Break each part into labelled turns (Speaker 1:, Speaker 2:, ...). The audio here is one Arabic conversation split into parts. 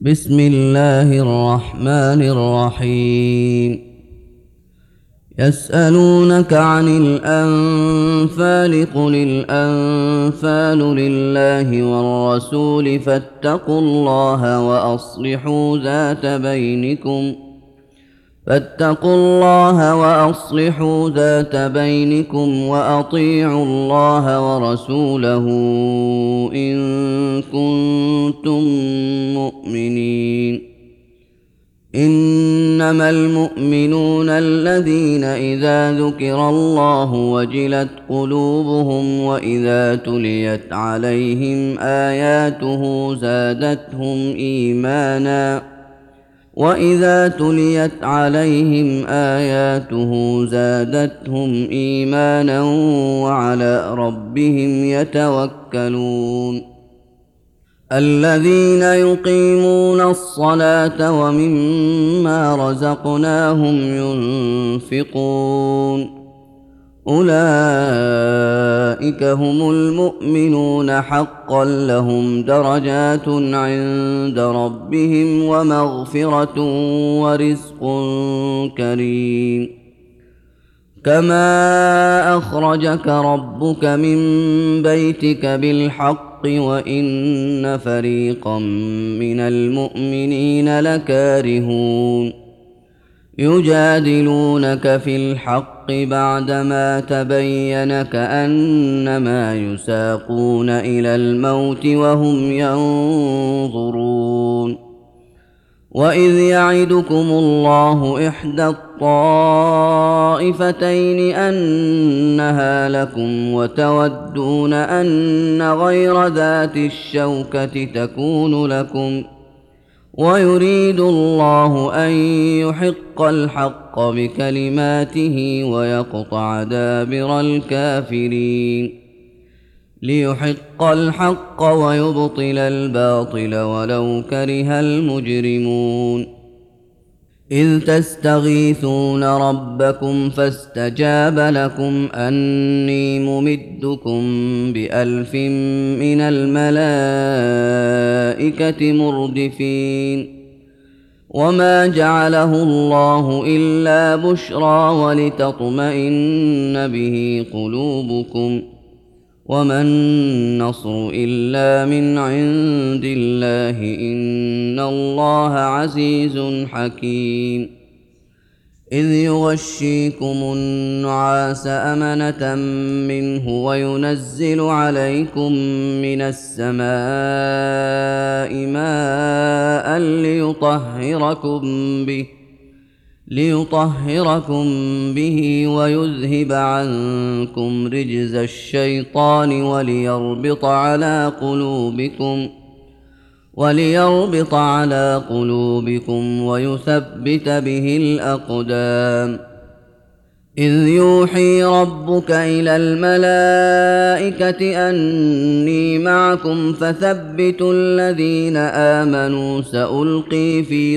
Speaker 1: بسم الله الرحمن الرحيم. يسألونك عن الأنفال قل الأنفال لله والرسول فاتقوا الله وأصلحوا ذات بينكم وأطيعوا الله ورسوله إن كنتم مؤمنين. إنما المؤمنون الذين إذا ذكر الله وجلت قلوبهم وإذا تليت عليهم آياته زادتهم إيمانا وعلى ربهم يتوكلون. الذين يقيمون الصلاة ومما رزقناهم ينفقون أولئك هم المؤمنون حقا لهم درجات عند ربهم ومغفرة ورزق كريم. كما أخرجك ربك من بيتك بالحق وإن فريقا من المؤمنين لكارهون يجادلونك في الحق بعدما تبين كأنما يساقون إلى الموت وهم ينظرون. وإذ يعدكم الله إحدى الطائفتين أنها لكم وتودون أن غير ذات الشوكة تكون لكم ويريد الله أن يحق الحق بكلماته ويقطع دابر الكافرين ليحق الحق ويبطل الباطل ولو كره المجرمون. إذ تستغيثون ربكم فاستجاب لكم أني ممدكم ب1000 من الملائكة مردفين. وما جعله الله إلا بشرى ولتطمئن به قلوبكم وما النصر إلا من عند الله إن الله عزيز حكيم. إذ يغشيكم النعاس أمنة منه وينزل عليكم من السماء ماء ليطهركم به ويذهب عنكم رجز الشيطان وليربط على قلوبكم ويثبت به الأقدام. إذ يوحي ربك إلى الملائكة أني معكم فثبتوا الذين آمنوا سألقي في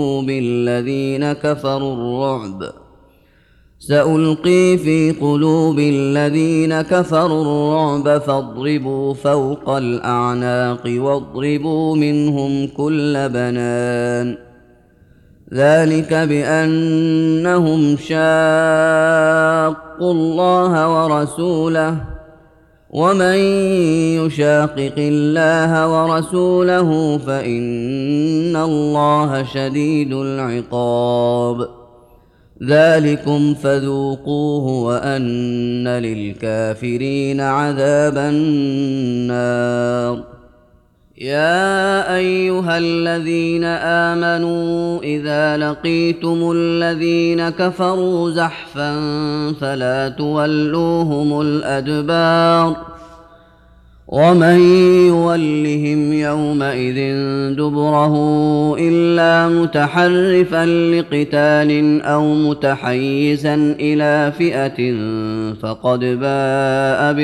Speaker 1: قلوب الذين كفروا الرعب فاضربوا فوق الأعناق واضربوا منهم كل بنان. ذلك بأنهم شاقوا الله ورسوله ومن يشاقق الله ورسوله فإن الله شديد العقاب. ذلكم فذوقوه وأن للكافرين عذاب النار. يا أيها الذين آمنوا إذا لقيتم الذين كفروا زحفا فلا تولوهم الأدبار ومن يولهم يومئذ دبره إلا متحرفا لقتال أو متحيزا إلى فئة فقد باء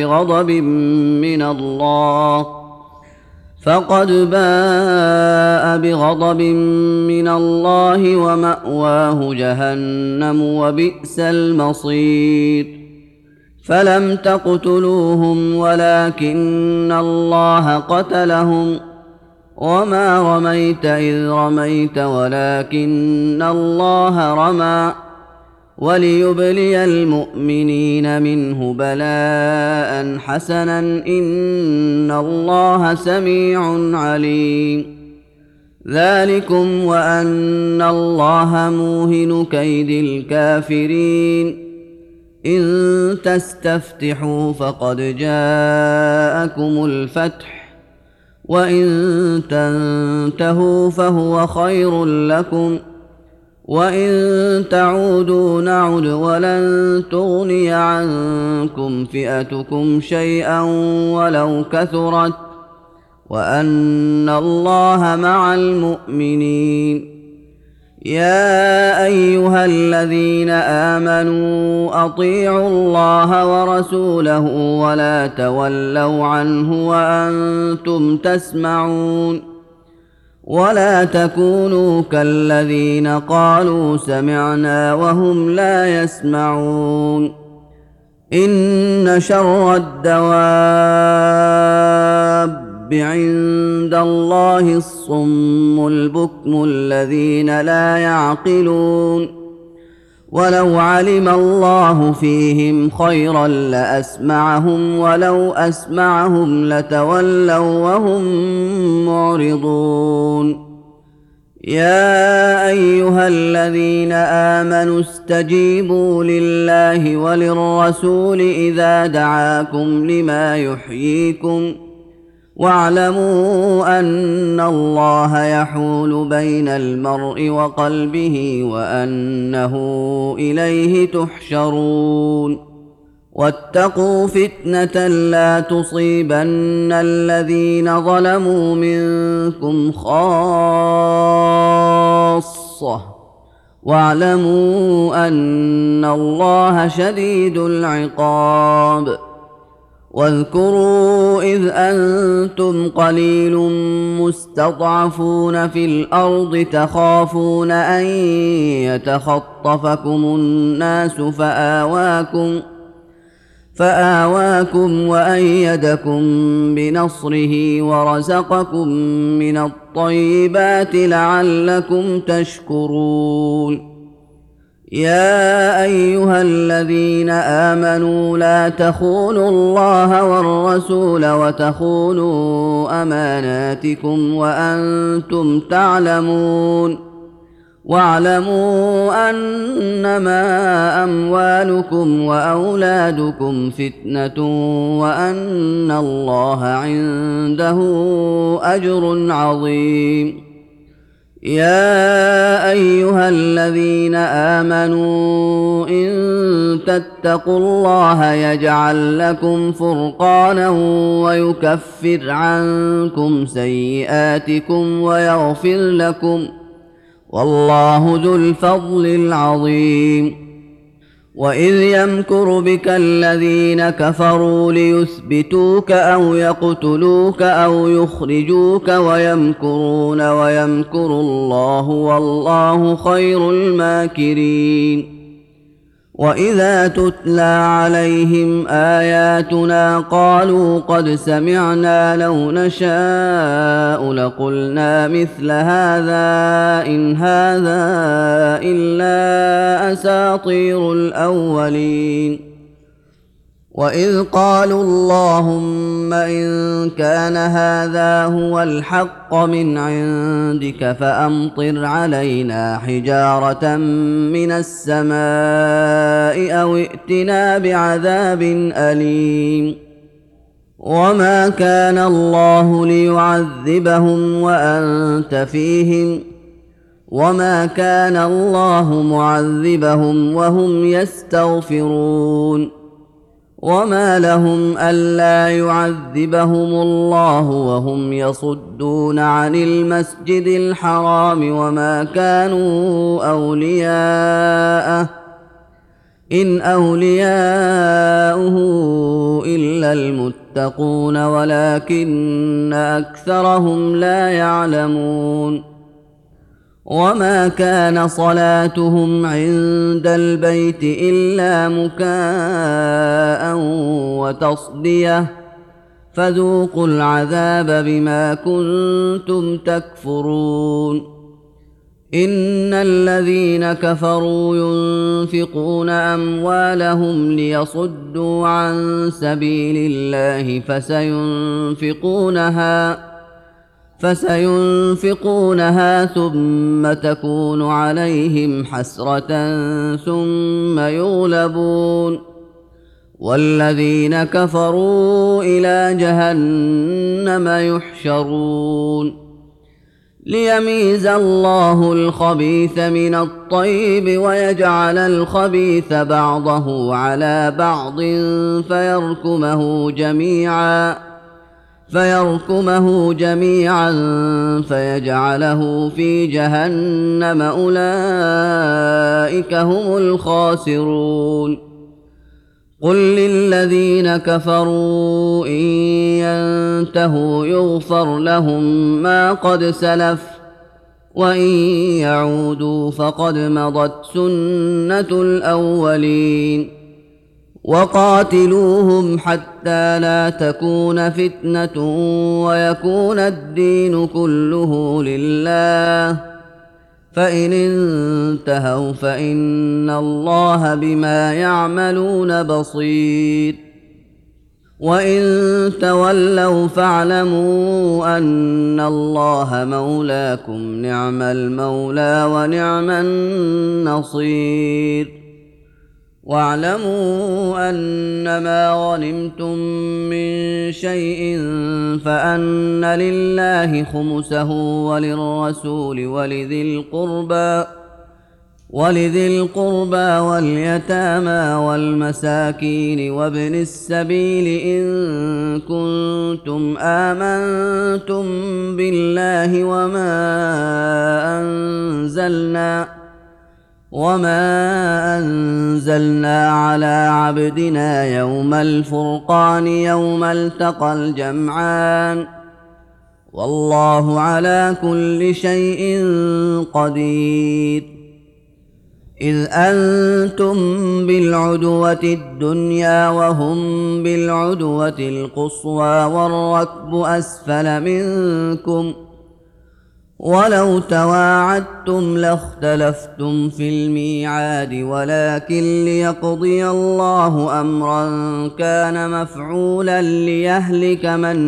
Speaker 1: بغضب من الله ومأواه جهنم وبئس المصير. فلم تقتلوهم ولكن الله قتلهم وما رميت إذ رميت ولكن الله رمى وليبلي المؤمنين منه بلاء حسنا إن الله سميع عليم. ذلكم وأن الله موهن كيد الكافرين. إن تستفتحوا فقد جاءكم الفتح وإن تنتهوا فهو خير لكم وإن تعودوا نعد ولن تغني عنكم فئتكم شيئا ولو كثرت وأن الله مع المؤمنين. يا أيها الذين آمنوا أطيعوا الله ورسوله ولا تولوا عنه وأنتم تسمعون ولا تكونوا كالذين قالوا سمعنا وهم لا يسمعون. إن شر الدواب عند الله الصم البكم الذين لا يعقلون. ولو علم الله فيهم خيرا لأسمعهم ولو أسمعهم لتولوا وهم معرضون. يا أيها الذين آمنوا استجيبوا لله وللرسول إذا دعاكم لما يحييكم واعلموا أن الله يحول بين المرء وقلبه وأنه إليه تحشرون. واتقوا فتنة لا تصيبن الذين ظلموا منكم خاصة واعلموا أن الله شديد العقاب. واذكروا إذ أنتم قليل مستضعفون في الأرض تخافون أن يتخطفكم الناس فآواكم وأيدكم بنصره ورزقكم من الطيبات لعلكم تشكرون. يا أيها الذين آمنوا لا تخونوا الله والرسول وتخونوا أماناتكم وأنتم تعلمون. واعلموا أنما أموالكم وأولادكم فتنة وأن الله عنده أجر عظيم. يا أيها الذين آمنوا إن تتقوا الله يجعل لكم فرقانا ويكفر عنكم سيئاتكم ويغفر لكم والله ذو الفضل العظيم. وإذ يمكر بك الذين كفروا ليثبتوك أو يقتلوك أو يخرجوك ويمكرون ويمكر الله والله خير الماكرين. وإذا تتلى عليهم آياتنا قالوا قد سمعنا لو نشاء لقلنا مثل هذا إن هذا إلا أساطير الأولين. وإذ قالوا اللهم إن كان هذا هو الحق من عندك فأمطر علينا حجارة من السماء أو ائتنا بعذاب أليم. وما كان الله ليعذبهم وأنت فيهم وما كان الله معذبهم وهم يستغفرون. وما لهم ألا يعذبهم الله وهم يصدون عن المسجد الحرام وما كانوا أولياءه إن أولياؤه إلا المتقون ولكن أكثرهم لا يعلمون. وما كان صلاتهم عند البيت إلا مكاء وتصدية فذوقوا العذاب بما كنتم تكفرون. إن الذين كفروا ينفقون أموالهم ليصدوا عن سبيل الله فسينفقونها ثم تكون عليهم حسرة ثم يغلبون، والذين كفروا إلى جهنم يحشرون. ليميز الله الخبيث من الطيب ويجعل الخبيث بعضه على بعض فيركمه جميعا فيجعله في جهنم، أولئك هم الخاسرون. قل للذين كفروا إن ينتهوا يغفر لهم ما قد سلف وإن يعودوا فقد مضت سنة الأولين. وقاتلوهم حتى لا تكون فتنة ويكون الدين كله لله، فإن انتهوا فإن الله بما يعملون بصير. وإن تولوا فاعلموا أن الله مولاكم، نعم المولى ونعم النصير. واعلموا أنما غنمتم من شيء فأن لله خمسه وللرسول ولذي القربى واليتامى والمساكين وابن السبيل إن كنتم آمنتم بالله وما أنزلنا على عبدنا يوم الفرقان يوم التقى الجمعان، والله على كل شيء قدير. إذ أنتم بالعدوة الدنيا وهم بالعدوة القصوى والركب أسفل منكم، ولو تواعدتم لاختلفتم في الميعاد، ولكن ليقضي الله أمرا كان مفعولا ليهلك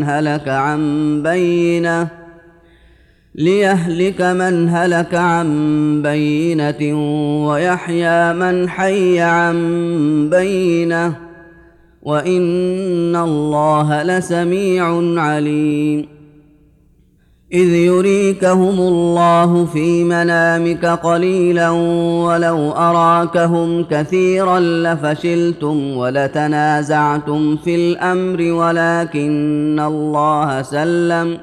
Speaker 1: من هلك عن بينة ويحيى من حي عن بينة، وإن الله لسميع عليم. إذ يريكهم الله في منامك قليلا ولو أراكهم كثيرا لفشلتم ولتنازعتم في الأمر ولكن الله سلم،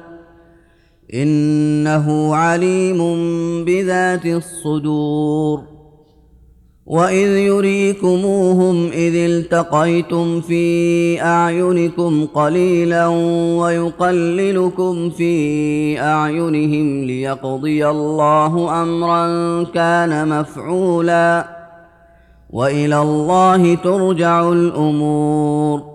Speaker 1: إنه عليم بذات الصدور. وإذ يريكموهم إذ التقيتم في أعينكم قليلا ويقللكم في أعينهم ليقضي الله أمرا كان مفعولا، وإلى الله ترجع الأمور.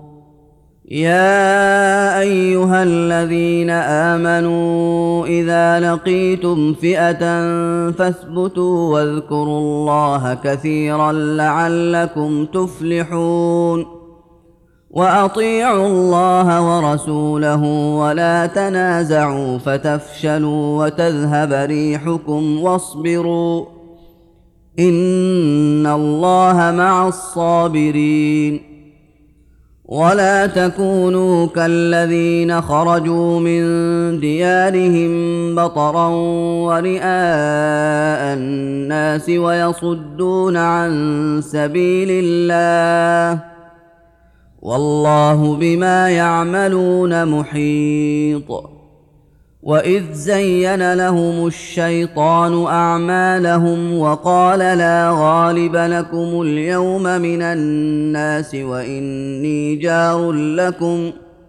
Speaker 1: يا أيها الذين آمنوا إذا لقيتم فئة فاثبتوا واذكروا الله كثيرا لعلكم تفلحون. وأطيعوا الله ورسوله ولا تنازعوا فتفشلوا وتذهب ريحكم واصبروا إن الله مع الصابرين. ولا تكونوا كالذين خرجوا من ديارهم بطرا ورئاء الناس ويصدون عن سبيل الله، والله بما يعملون محيط. وإذ زين لهم الشيطان أعمالهم وقال لا غالب لكم اليوم من الناس وإني جار لكم،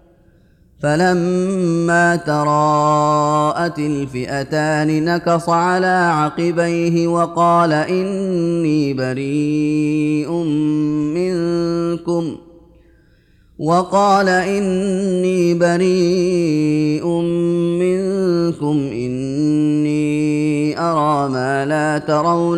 Speaker 1: فلما تراءت الفئتان نكص على عقبيه وقال إني بريء وقال إني بريء منكم إني أرى ما لا ترون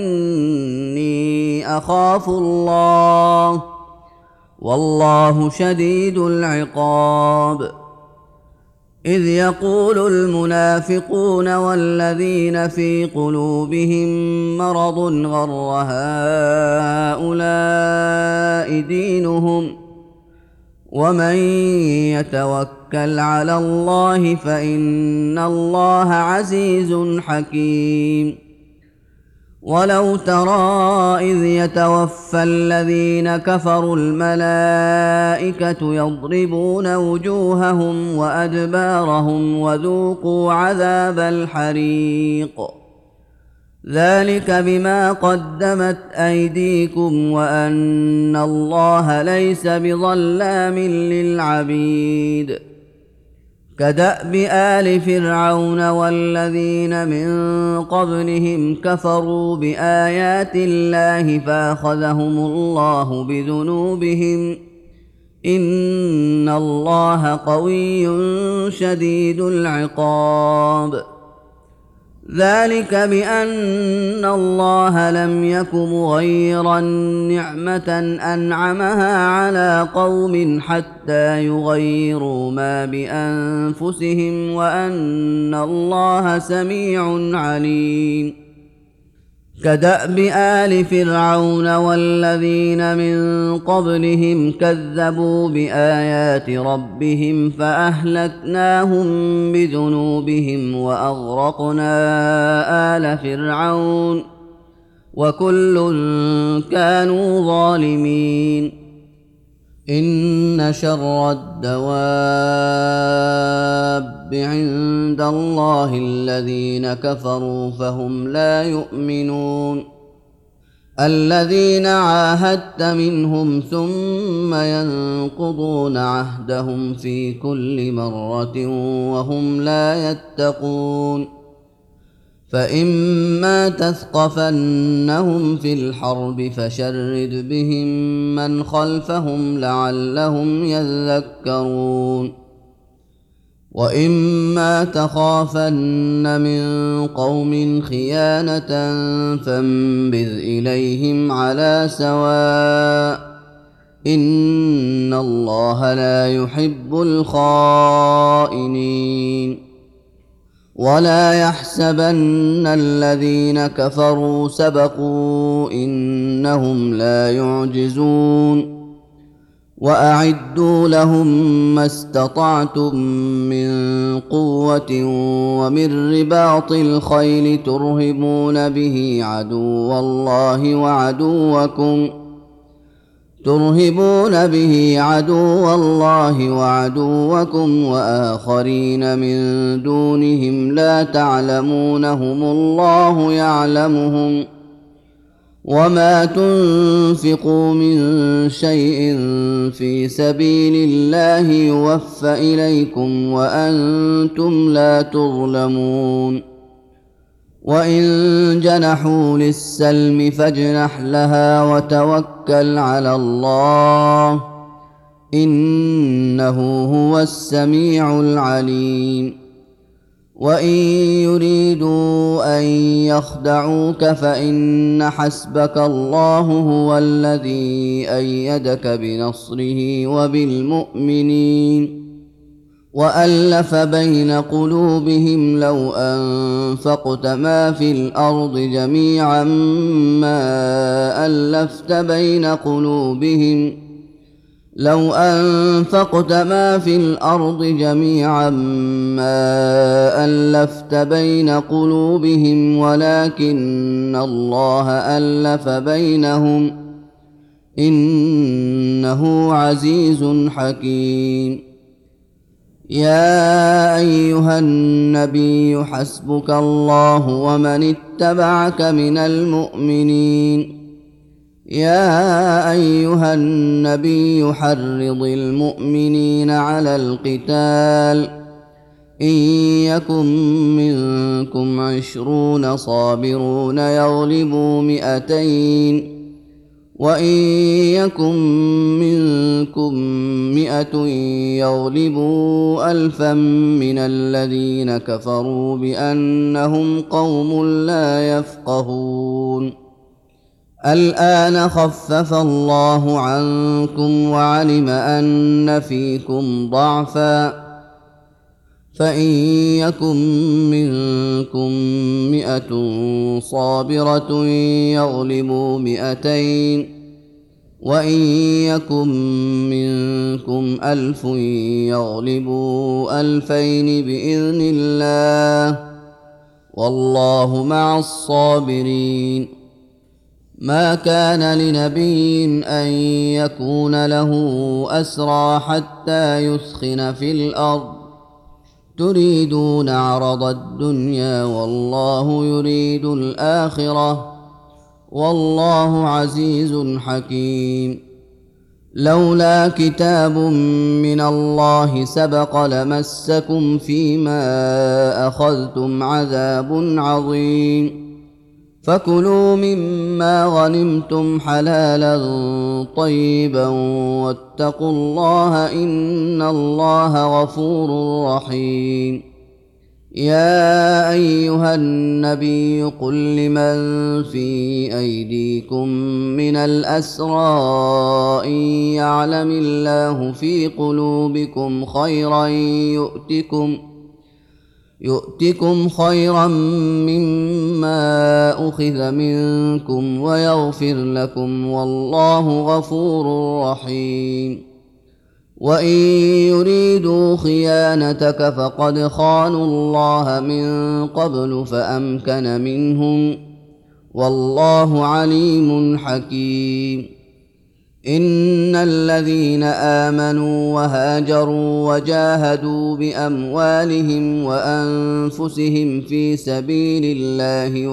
Speaker 1: إني أخاف الله والله شديد العقاب. إذ يقول المنافقون والذين في قلوبهم مرض غر هؤلاء دينهم ومن يتوكل على الله فإن الله عزيز حكيم. ولو ترى إذ يتوفى الذين كفروا الملائكة يضربون وجوههم وأدبارهم وذوقوا عذاب الحريق ذلك بما قدمت أيديكم وأن الله ليس بظلام للعبيد. كدأب آل فرعون والذين من قبلهم كفروا بآيات الله فأخذهم الله بذنوبهم إن الله قوي شديد العقاب. ذلك بأن الله لم يك مغيرا نعمة أنعمها على قوم حتى يغيروا ما بأنفسهم وأن الله سميع عليم. كدأب آل فرعون والذين من قبلهم كذبوا بآيات ربهم فأهلكناهم بذنوبهم وأغرقنا آل فرعون وكل كانوا ظالمين. إن شر الدواب عند الله الذين كفروا فهم لا يؤمنون. الذين عاهدت منهم ثم ينقضون عهدهم في كل مرة وهم لا يتقون. فإما تثقفنهم في الحرب فشرد بهم من خلفهم لعلهم يذكرون. وإما تخافن من قوم خيانة فانبذ إليهم على سواء إن الله لا يحب الخائنين. ولا يحسبن الذين كفروا سبقوا إنهم لا يعجزون. وأعدوا لهم ما استطعتم من قوة ومن رباط الخيل ترهبون به عدو الله وعدوكم وآخرين من دونهم لا تعلمونهم الله يعلمهم. وما تنفقوا من شيء في سبيل الله يوفى إليكم وأنتم لا تظلمون. وإن جنحوا للسلم فاجنح لها وتوكل على الله إنه هو السميع العليم. وإن يريدوا أن يخدعوك فإن حسبك الله هو الذي أيدك بنصره وبالمؤمنين. وألف بين قلوبهم لو أنفقت ما في الأرض جميعا ما ألفت بين قلوبهم ولكن الله ألف بينهم إنه عزيز حكيم. يا أيها النبي حسبك الله ومن اتبعك من المؤمنين. يا أيها النبي حرض المؤمنين على القتال إن يكن منكم 20 صابرون يغلبوا 200 وإن يكن منكم 100 يغلبوا 1000 من الذين كفروا بأنهم قوم لا يفقهون. الآن خفف الله عنكم وعلم أن فيكم ضعفا، فإن يكن منكم 100 صابرة يغلبوا 200، وإن يكن منكم 1000 يغلبوا 2000 بإذن الله، والله مع الصابرين. ما كان لنبي أن يكون له أسرى حتى يثخن في الأرض، تريدون عرض الدنيا والله يريد الآخرة، والله عزيز حكيم. لولا كتاب من الله سبق لمسكم فيما أخذتم عذاب عظيم، فكلوا مما غنمتم حلالا طيبا واتقوا الله إن الله غفور رحيم. يا أيها النبي قل لمن في أيديكم من الأسرى إن يعلم الله في قلوبكم خيرا يؤتكم خيرا مما أخذ منكم ويغفر لكم، والله غفور رحيم. وإن يريدوا خيانتك فقد خانوا الله من قبل فأمكن منهم، والله عليم حكيم. إن الذين آمنوا وهاجروا وجاهدوا بأموالهم وأنفسهم في سبيل الله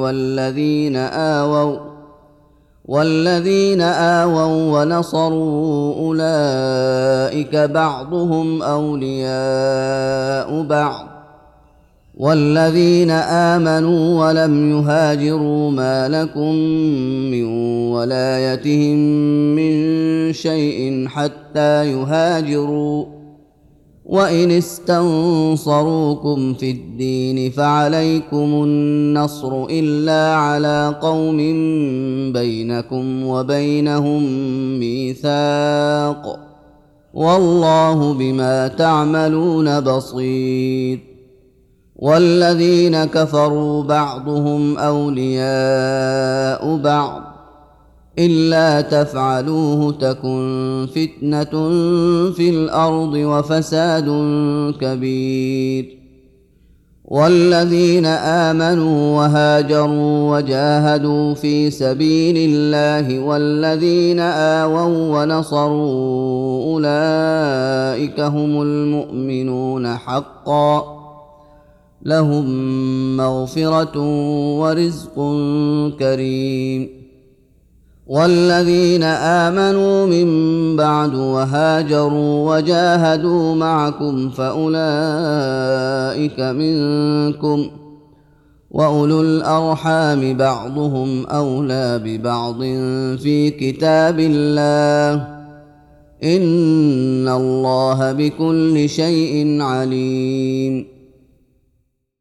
Speaker 1: والذين آووا ونصروا أولئك بعضهم أولياء بعض، والذين آمنوا ولم يهاجروا ما لكم من ولايتهم من شيء حتى يهاجروا، وإن استنصروكم في الدين فعليكم النصر إلا على قوم بينكم وبينهم ميثاق، والله بما تعملون بصير. والذين كفروا بعضهم أولياء بعض إلا تفعلوه تكن فتنة في الأرض وفساد كبير. والذين آمنوا وهاجروا وجاهدوا في سبيل الله والذين آووا ونصروا أولئك هم المؤمنون حقا، لهم مغفرة ورزق كريم. والذين آمنوا من بعد وهاجروا وجاهدوا معكم فأولئك منكم، وأولو الأرحام بعضهم أولى ببعض في كتاب الله، إن الله بكل شيء عليم.